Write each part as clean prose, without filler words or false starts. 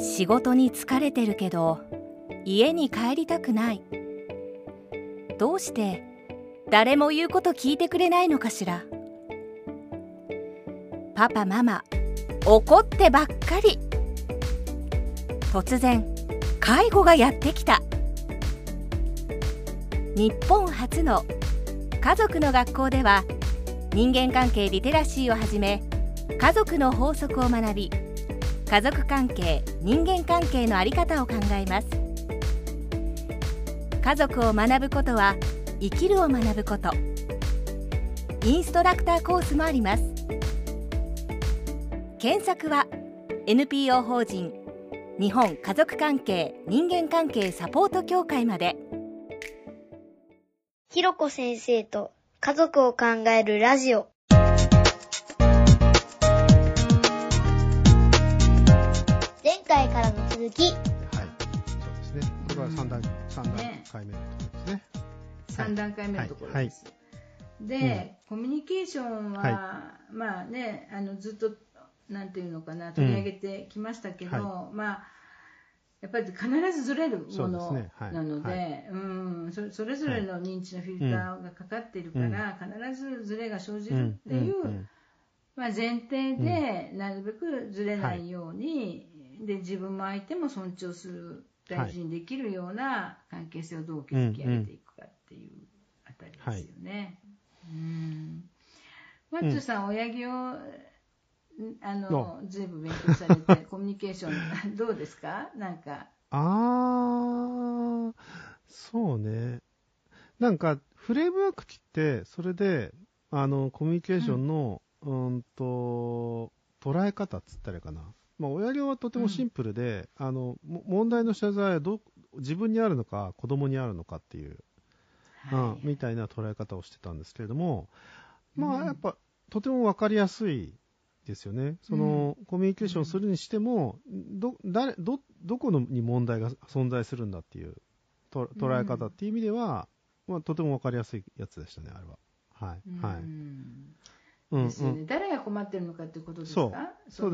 仕事に疲れてるけど家に帰りたくない。どうして誰も言うこと聞いてくれないのかしら。パパママ怒ってばっかり。突然介護がやってきた。日本初の家族の学校では、人間関係リテラシーをはじめ家族の法則を学び、家族関係、人間関係の在り方を考えます。家族を学ぶことは生きるを学ぶこと。インストラクターコースもあります。検索は NPO 法人日本家族関係人間関係サポート協会まで。 ひろこ先生と家族を考えるラジオ。前回からの続き。 はい、そうですね。これは3段階目のところですね。 3段階目のところです。で、コミュニケーションは、まあね、ずっとなんていうのかな、取り上げてきましたけど、まあやっぱり必ずずれるものなので、それぞれの認知のフィルターがかかっているから、必ずずれが生じるっていう、まあ、前提で、なるべくずれないように、で自分も相手も尊重する、大事にできるような関係性をどう築き上げていくかっていうあたりですよね。マッチョさん、親木をずいぶん勉強されてコミュニケーションどうですか？なんかそうね。なんかフレームワークってそれでコミュニケーションの、捉え方っつったらいいかな。まあ親業はとてもシンプルで、問題の謝罪は自分にあるのか子供にあるのかっていう、みたいな捉え方をしてたんですけれども、まあやっぱとてもわかりやすいですよね。その、コミュニケーションするにしても、どこに問題が存在するんだっていう捉え方っていう意味では、まあ、とてもわかりやすいやつでしたね、あれは。はい。 ですよね。誰が困ってるのかっていうことですか？ そうです。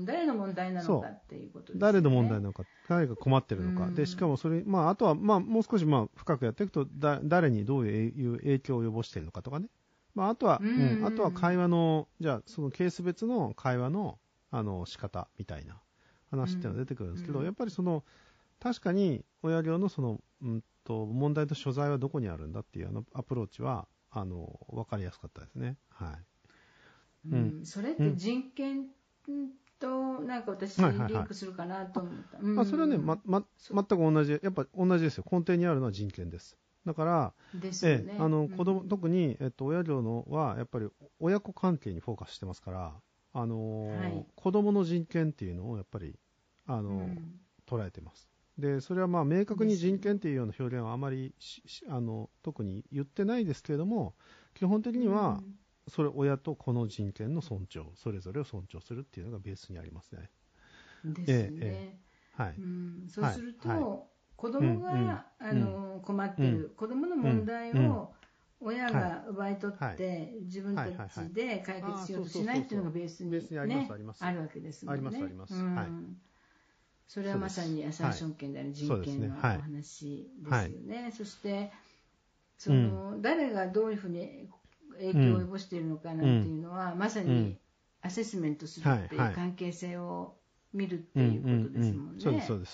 誰の問題なのかっていうことですね。 誰の問題なのか、誰が困ってるのか。で、しかもそれ、まあ、あとは、まあ、もう少し、まあ、深くやっていくと、誰にどういう影響を及ぼしているのかとかね。まあ、あとは会話の、じゃあ、そのケース別の会話の、仕方みたいな話っていうのが出てくるんですけど、やっぱり確かに、親業の問題と所在はどこにあるんだっていうアプローチは、わかりやすかったですね。はい。 それって人権と、なんか私、リンクするかなと思った。 それはね、全く同じ、やっぱ同じですよ。根底にあるのは人権です。だから、子供、特に、親業のは、やっぱり親子関係にフォーカスしてますから、子供の人権っていうのを、やっぱり、捉えてます。で、それはまあ、明確に人権っていうような表現はあまり、特に言ってないですけれども、基本的には、親と子の人権の尊重、それぞれを尊重するっていうのがベースにありますね。 ですね。そうすると、子供が困っている、子供の問題を親が奪い取って、自分たちで解決しようとしないっていうのがベースにあるわけですもんね。 あります。 それはまさに最小権である人権のお話ですよね。そして、誰がどういうふうに影響を及ぼしているのかなんていうのは、まさにアセスメントするっていう関係性を見るっていうことですもんね。 そうです。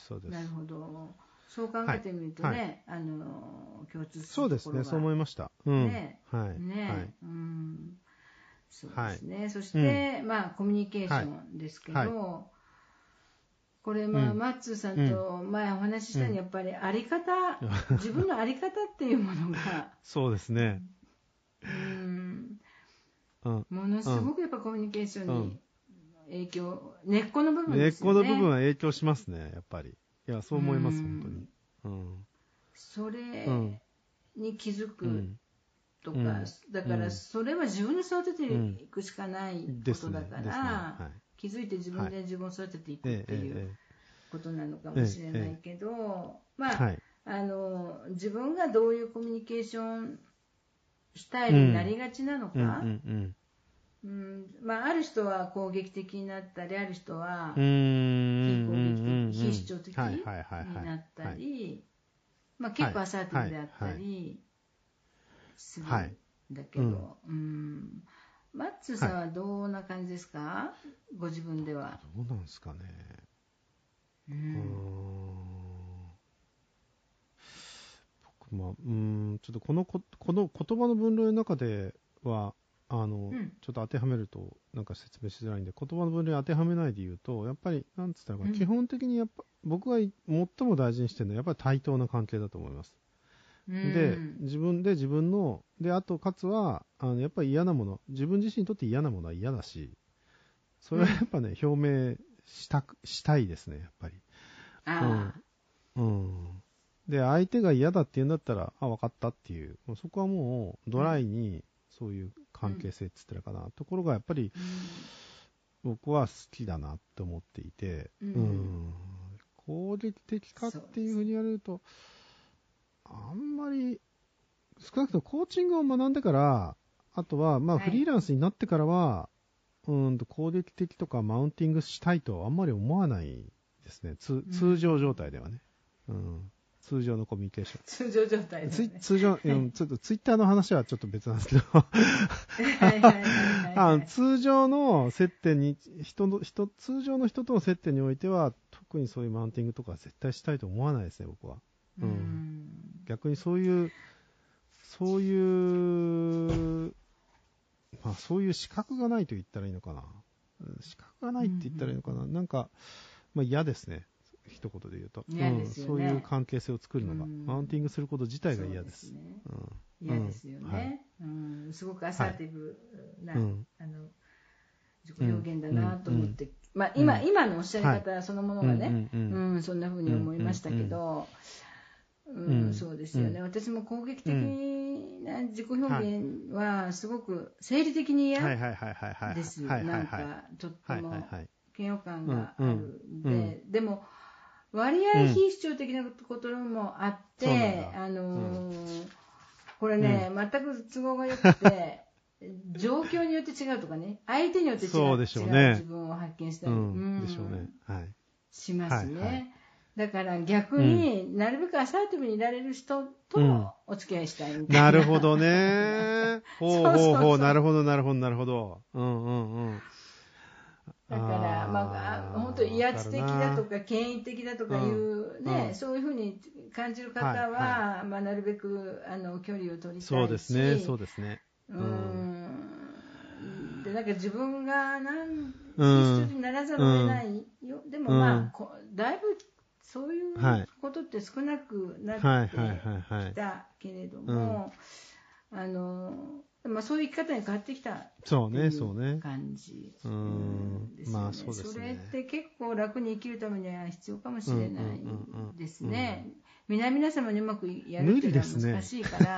なるほど。そう考えてみるとね、共通すそうですね、そう思いました。そうですね。そして、まあ、コミュニケーションですけど、これ、まあ、マッツーさんと前お話ししたように、やっぱり自分の在り方っていうものが、 そうですね。 ものすごくやっぱコミュニケーションに影響、根っこの部分ですよね。 根っこの部分は影響しますね、やっぱり。いや、そう思います、本当に。 それに気づくとか、だからそれは自分で育てていくしかないことだから、気づいて自分で自分を育てていくっていうことなのかもしれないけど、まあ、自分がどういうコミュニケーションスタイルになりがちなのか、 ある人は攻撃的になったり、ある人は非主張的になったり、結構アサーティブであったりするんだけど、マッツーさんはどんな感じですか、ご自分では。 どうなんですかね。僕もちょっとこの言葉の分類の中ではちょっと当てはめるとなんか説明しづらいんで、言葉の分類当てはめないで言うと、やっぱりなんつったら基本的にやっぱ僕が最も大事にしてるのはやっぱり対等な関係だと思います。で自分ので、あとかつはやっぱり嫌なもの、自分自身にとって嫌なものは嫌だし、それはやっぱね、表明したいですね、やっぱり。で相手が嫌だって言うんだったら分かったっていう、そこはもうドライにそういう関係性って言ったらかな、ところがやっぱり僕は好きだなって思っていて、攻撃的かっていうふうに言われると、あんまり少なくともコーチングを学んでから、あとはフリーランスになってからは、攻撃的とかマウンティングしたいとあんまり思わないですね。通常状態ではね。通常のコミュニケーション。 通常状態で、ね。 ちょっとツイッターの話はちょっと別なんですけど、通常の接点に、通常の人との接点においては、特にそういうマウンティングとか絶対したいと思わないですね、僕は。逆にそういう資格がないと言ったらいいのかな。資格がないって言ったらいいのかな。なんか、嫌ですね。一言で言うと。そういう関係性を作るのが。マウンティングすること自体が嫌です。 嫌ですよね。すごくアサーティブな、自己表現だなと思って、今のおっしゃり方そのものがね、そんな風に思いましたけど、そうですよね。私も攻撃的な自己表現はすごく生理的に嫌です。なんかとっても嫌悪感があるんで、でも割合非主張的なこともあって、これね、全く都合が良くて、状況によって違うとかね、相手によって違う自分を発見したりしますね。だから逆になるべくアサーティブにいられる人とお付き合いしたいみたいな。 なるほどね。なるほど。 だから本当威圧的だとか権威的だとかいうね、そういうふうに感じる方はなるべく距離を取りたいし。 そうですね。 でなんか自分が一緒にならざるを得ないよ。でもだいぶそういうことって少なくなってきたけれども、そういう生き方に変わってきたっていう感じですね。それって結構楽に生きるためには必要かもしれないですね。皆様にうまくやるっていうのは難しいから。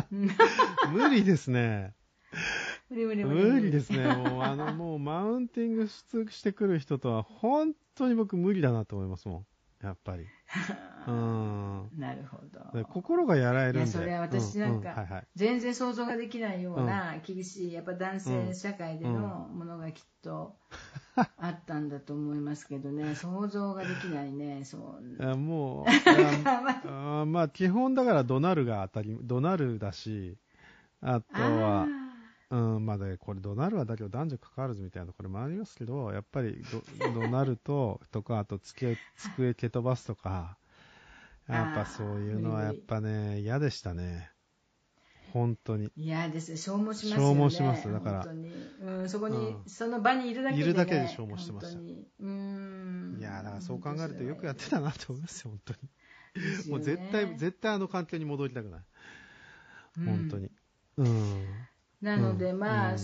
無理ですね。 無理ですね。もうマウンティングしてくる人とは本当に僕無理だなと思いますもん。やっぱり。 なるほど。 心がやられるんで。 それは私なんか全然想像ができないような厳しいやっぱ男性社会でのものがきっとあったんだと思いますけどね。想像ができないね。 もう基本だからドナルだし、あとは。これドナルはだけど男女関わらずみたいなところもありますけど、やっぱりドナルとか、あと机蹴飛ばすとか、やっぱそういうのはやっぱね、嫌でしたね。本当に。 嫌です。消耗しますよね。 消耗します。だから。 本当に。そこに、その場にいるだけでね。 いるだけで消耗してました。いやだからそう考えるとよくやってたなと思いますよ、本当に。もう絶対あの環境に戻りたくない。本当に。 なので、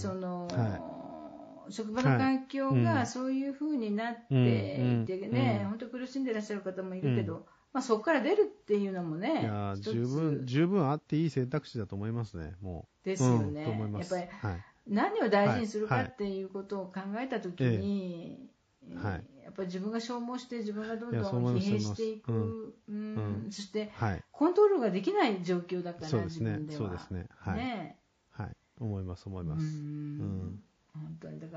職場の環境がそういう風になっていてね、本当苦しんでいらっしゃる方もいるけど、そこから出るっていうのもね、 いや十分あっていい選択肢だと思いますね、もう。 ですよね。やっぱり、何を大事にするかっていうことを考えたときに、やっぱり自分が消耗して自分がどんどん疲弊していく、そして、コントロールができない状況だから、自分では。 そうですね。思います。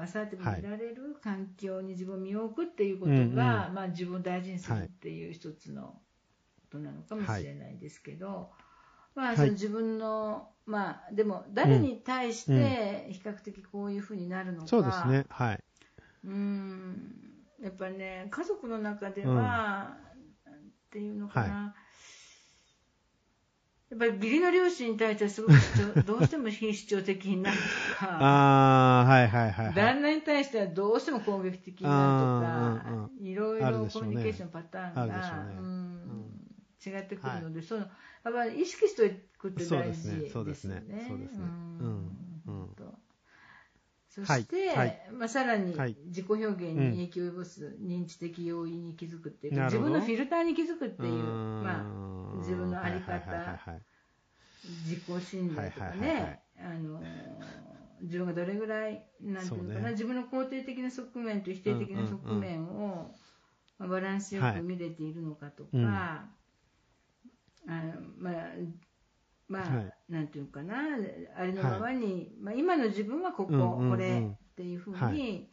かアサーティブにいられる環境に自分を身を置くっていうことが、まあ、自分を大事にするっていう一つのことなのかもしれないですけど、まあ、その自分の、まあ、でも誰に対して比較的こういうふうになるのか、 そうですね、はい、 やっぱりね、家族の中では、っていうのかな、やっぱり義理の両親に対してはすごくどうしても非主張的になるとか、旦那に対してはどうしても攻撃的になるとか、いろいろコミュニケーションパターンが違ってくるので、そのやっぱり意識しておくって大事ですよね。そして、まあ、さらに自己表現に影響を及ぼす認知的要因に気づくっていうか、自分のフィルターに気づくっていう、まあ、自分の在り方、自己信頼とかね、自分がどれぐらいなんていうのかな、自分の肯定的な側面と否定的な側面をバランスよく見れているのかとか、なんていうかな、ありのままに、まあ、今の自分はこれっていうふうに、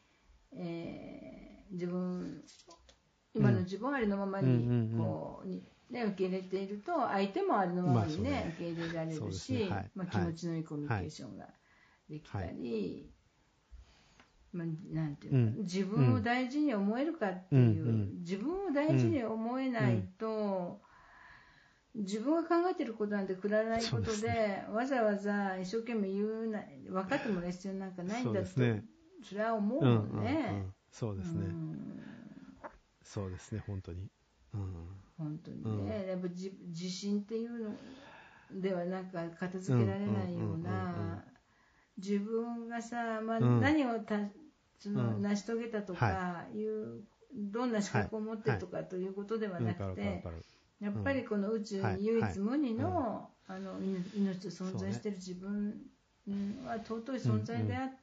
今の自分をありのままにこう受け入れていると、相手もありのままに受け入れられるし、気持ちのいいコミュニケーションができたり、なんていうか、自分を大事に思えるかっていう、自分を大事に思えないと、自分が考えていることなんてくだらないことで、わざわざ一生懸命分かってもらう必要なんかないんだと、それは思うよね。 そうですね。そうですね、本当に。 本当にね、やっぱ自信っていうのではなんか片付けられないような、自分がさ、まあ、何を成し遂げたとかいう、どんな資格を持ってるとかということではなくて、やっぱりこの宇宙に唯一無二の命と存在している自分は尊い存在であって、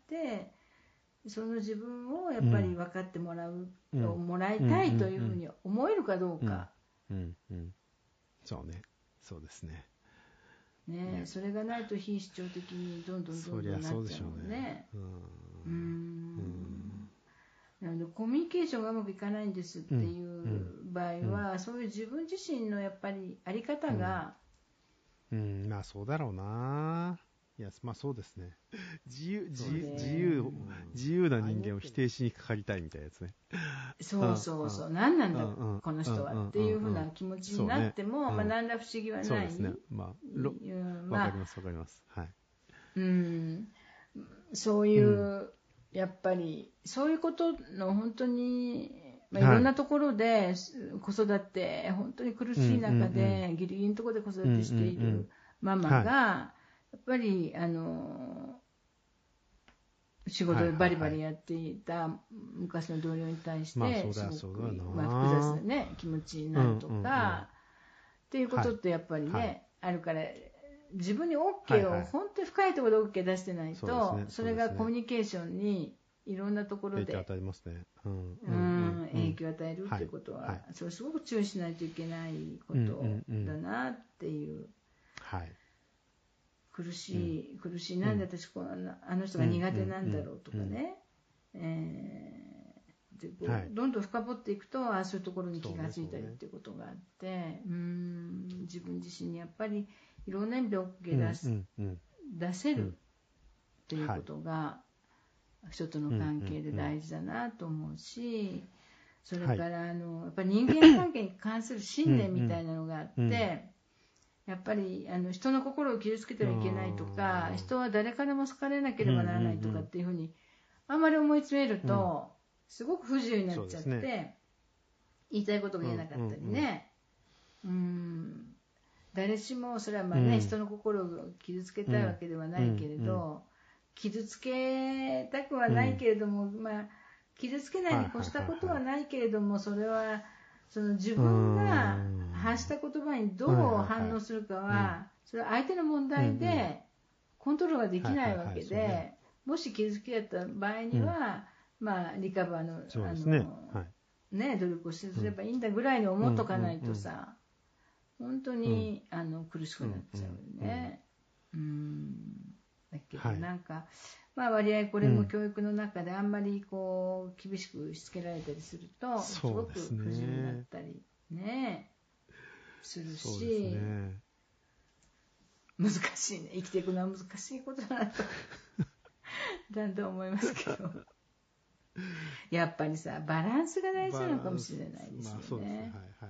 その自分をやっぱり分かってもらいたいというふうに思えるかどうか。 そうね、そうですね。 ね、それがないと非主張的にどんどんなっちゃうもんね。なのでコミュニケーションがうまくいかないんですっていう場合は、そういう自分自身のやっぱりあり方が、 まあそうだろうな。いや、まあそうですね。自由な人間を否定しにかかりたいみたいなやつね。 そう、何なんだこの人はっていうふうな気持ちになっても、まあ何ら不思議はない。そうですね。 まあわかります。はい。 そういうやっぱりそういうことの本当に、いろんなところで子育て本当に苦しい中でギリギリのところで子育てしているママがやっぱり仕事でバリバリやっていた昔の同僚に対してすごく複雑なね気持ちになるとかっていうことってやっぱりねあるから、自分に OK を本当に深いところで OK 出してないと、それがコミュニケーションにいろんなところで影響を与えますね。影響を与えるっていうことは、それすごく注意しないといけないことだなっていう。苦しい、なんで私あの人が苦手なんだろうとかね、どんどん深掘っていくとそういうところに気がついたりっていうことがあって、自分自身にやっぱりいろんな意味で OK 出せるっていうことが人との関係で大事だなと思うし、それからやっぱり人間関係に関する信念みたいなのがあって、やっぱり人の心を傷つけてはいけないとか、人は誰からも好かれなければならないとかっていうふうにあんまり思い詰めるとすごく不自由になっちゃって、言いたいことが言えなかったりね、誰しもそれはまあね、人の心を傷つけたいわけではないけれど、傷つけたくはないけれども、まあ傷つけないに越したことはないけれども、それはその自分が発した言葉にどう反応するかは、それは相手の問題でコントロールができないわけで、もし傷つけた場合には、まあリカバーの努力をすればいいんだぐらいに思っとかないとさ、本当に苦しくなっちゃうよね。 だけど、なんか、まあ、割合これも教育の中であんまりこう厳しくしつけられたりすると、すごく不自由になったりねするし、難しいね、生きていくのは難しいことだなとだんだん思いますけどやっぱりさ、バランスが大事なのかもしれないですよね。まあ、そうですね、はいはい。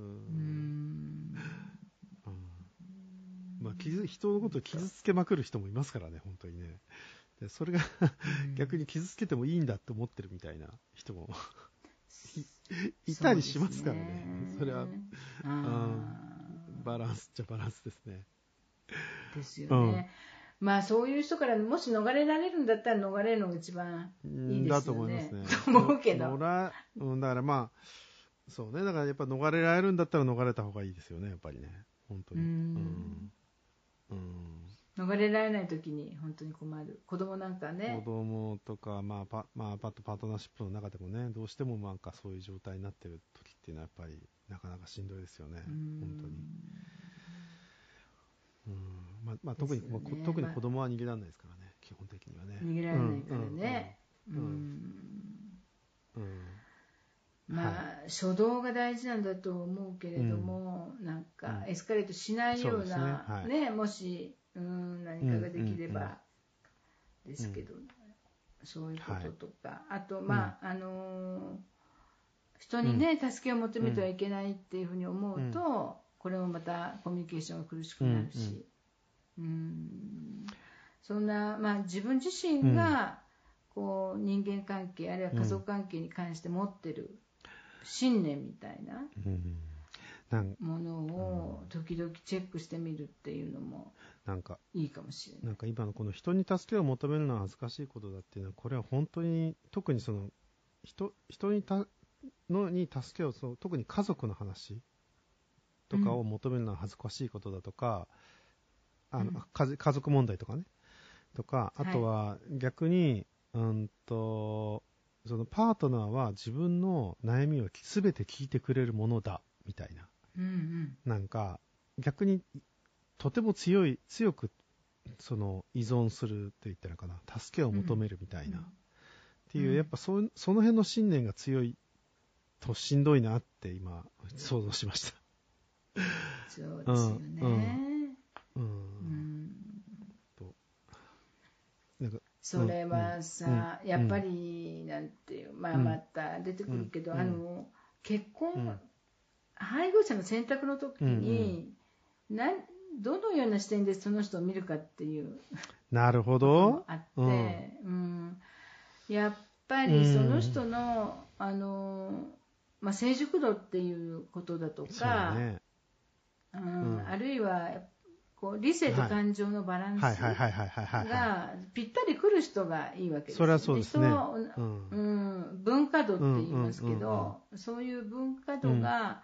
まあ、人のことを傷つけまくる人もいますからね、本当にね。でそれが逆に傷つけてもいいんだって思ってるみたいな人もいたりしますからね。それはバランスっちゃバランスですね。 ですよね。まあそういう人からもし逃れられるんだったら逃れるのが一番いいですよね。 だと思いますね。 思うけど。 だからまあそうね。だからやっぱ逃れられるんだったら逃れた方がいいですよね。やっぱりね。本当に。 逃れられないときに本当に困る。子供なんかね。 子供とか、パートナーシップの中でもね、どうしてもなんかそういう状態になってる時っていうのはやっぱりなかなかしんどいですよね。本当に。特に子供は逃げられないですからね、基本的にはね。 逃げられないからね。初動が大事なんだと思うけれども、なんかエスカレートしないようなね、もし何かができればですけど、そういうこととか、あと人にね助けを求めてはいけないっていうふうに思うと、これもまたコミュニケーションが苦しくなるし、そんな自分自身がこう人間関係あるいは家族関係に関して持ってる信念みたいなものを時々チェックしてみるっていうのもいいかもしれない。 なんか今のこの人に助けを求めるのは恥ずかしいことだっていうのは、これは本当に特にその人に助けを特に家族の話とかを求めるのは恥ずかしいことだとか、家族問題とかねとか、あとは逆に、そのパートナーは自分の悩みを全て聞いてくれるものだみたいな、なんか逆にとても強くその依存すると言ったらかな、助けを求めるみたいな、っていうやっぱその辺の信念が強いとしんどいなって今想像しました。 そうですよね。それはさ、やっぱりなんていう、また出てくるけど、結婚、配偶者の選択の時に、どのような視点でその人を見るかっていうなるほどあって、やっぱりその人の、成熟度っていうことだとか、あるいはこう理性と感情のバランスがぴったりくる人がいいわけですよね。 それはそうですね。 人は文化度って言いますけど、そういう文化度が、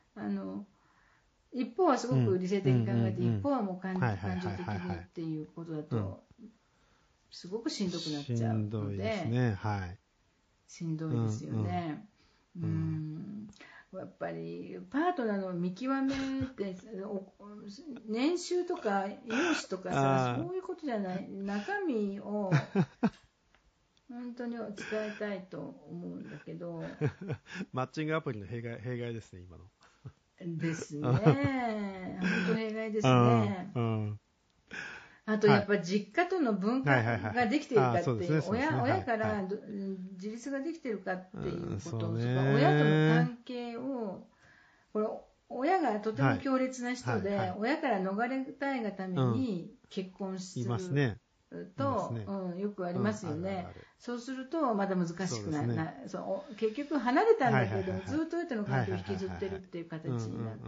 一方はすごく理性的に考えて、一方はもう感情的にっていうことだと、すごくしんどくなっちゃうので、しんどいですよね。やっぱりパートナーの見極めって年収とか容姿とかさ、そういうことじゃない、中身を本当に伝えたいと思うんだけどマッチングアプリの弊害ですね、今のですね。本当弊害ですね。あとやっぱり実家との分化ができているかっていう、親から自立ができているかっていうこととか、親との関係を、これ親がとても強烈な人で、親から逃れたいがために結婚すると、よくありますよね。そうするとまだ難しくなる。結局離れたんだけれども、ずっと親との関係を引きずってるっていう形になって、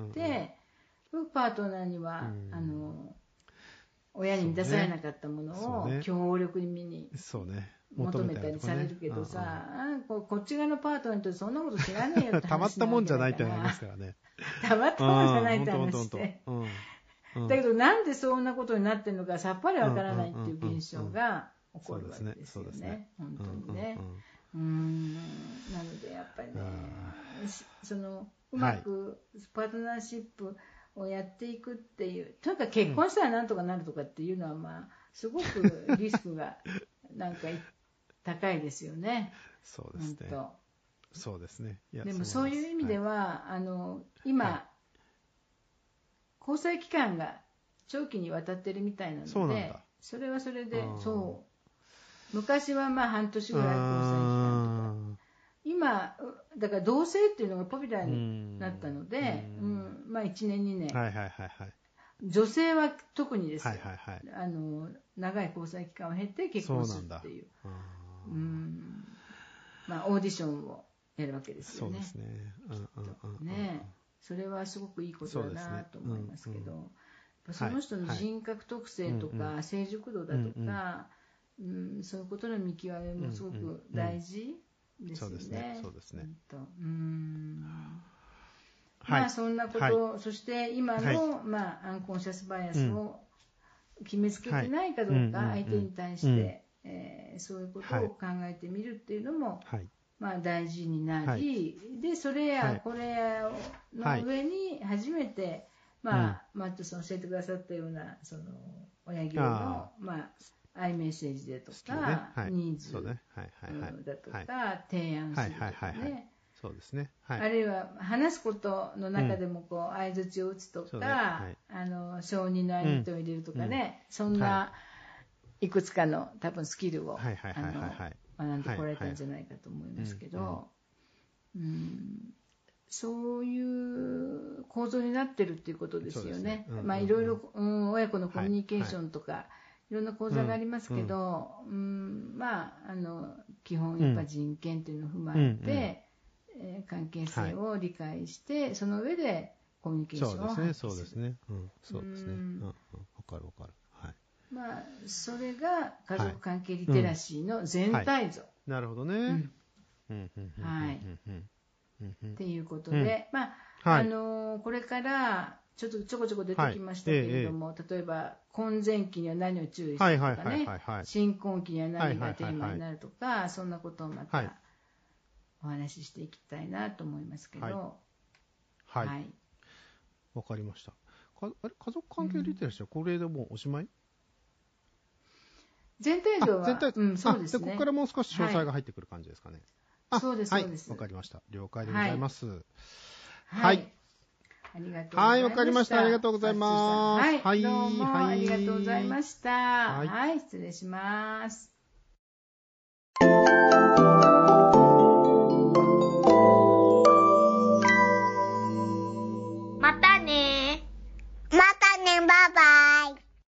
パートナーには親に満たされなかったものを強力に求めたりされるけどさ、こっち側のパートナーってそんなこと知らねえよって話たまったもんじゃないってなりますからね。 たまったもんじゃないって話で。だけどなんでそんなことになってるのかさっぱりわからないっていう現象が起こるわけですよね。本当にね。なのでやっぱりね、うまくパートナーシップをやっていくっていう、とにかく結婚したらなんとかなるとかっていうのはすごくリスクがなんか高いですよね。 そうですね。そうですね。 でもそういう意味では、今、交際期間が長期にわたってるみたいなので、それはそれで、昔は半年ぐらい交際期間とか、今だから同棲っていうのがポピュラーになったので、1年2年、女性は特にですよ、長い交際期間を経て結婚するっていう、オーディションをやるわけですよね。 そうですね。それはすごくいいことだなと思いますけど、その人の人格特性とか成熟度だとか、そういうことの見極めもすごく大事ですよね。 そうですね。 そんなこと、そして今のアンコンシャスバイアスを決めつけてないかどうか、相手に対して、そういうことを考えてみるっていうのも、大事になり、でそれやこれやの上に初めて、マットさん教えてくださったようなその親業のアイメッセージでとか、ニーズだとか提案するとかね。 そうですね。 あるいは話すことの中でも相づちを打つとか、承認の相手を入れるとかね、そんないくつかの多分スキルを学んでこられたんじゃないかと思いますけど、そういう構造になってるっていうことですよね。いろいろ親子のコミュニケーションとかいろんな講座がありますけど、基本やっぱ人権っていうのを踏まえて、関係性を理解してその上でコミュニケーションを発揮する。 そうですね。そうですね。わかる。 それが家族関係リテラシーの全体像。 なるほどね。 っていうことで、これからちょこちょこ出てきましたけれども、例えば婚前期には何を注意するとかね、新婚期には何がテーマになるとか、そんなことをまたお話ししていきたいなと思いますけど。 わかりました。家族関係リテラシーはこれでもうおしまい？ 全体像はそうですね。 ここからもう少し詳細が入ってくる感じですかね。 そうです、そうです。 わかりました。了解でございます。 はい。ありがとうございました。はい、 わかりました。ありがとうございます。 はい、どうもありがとうございました。はい、失礼します。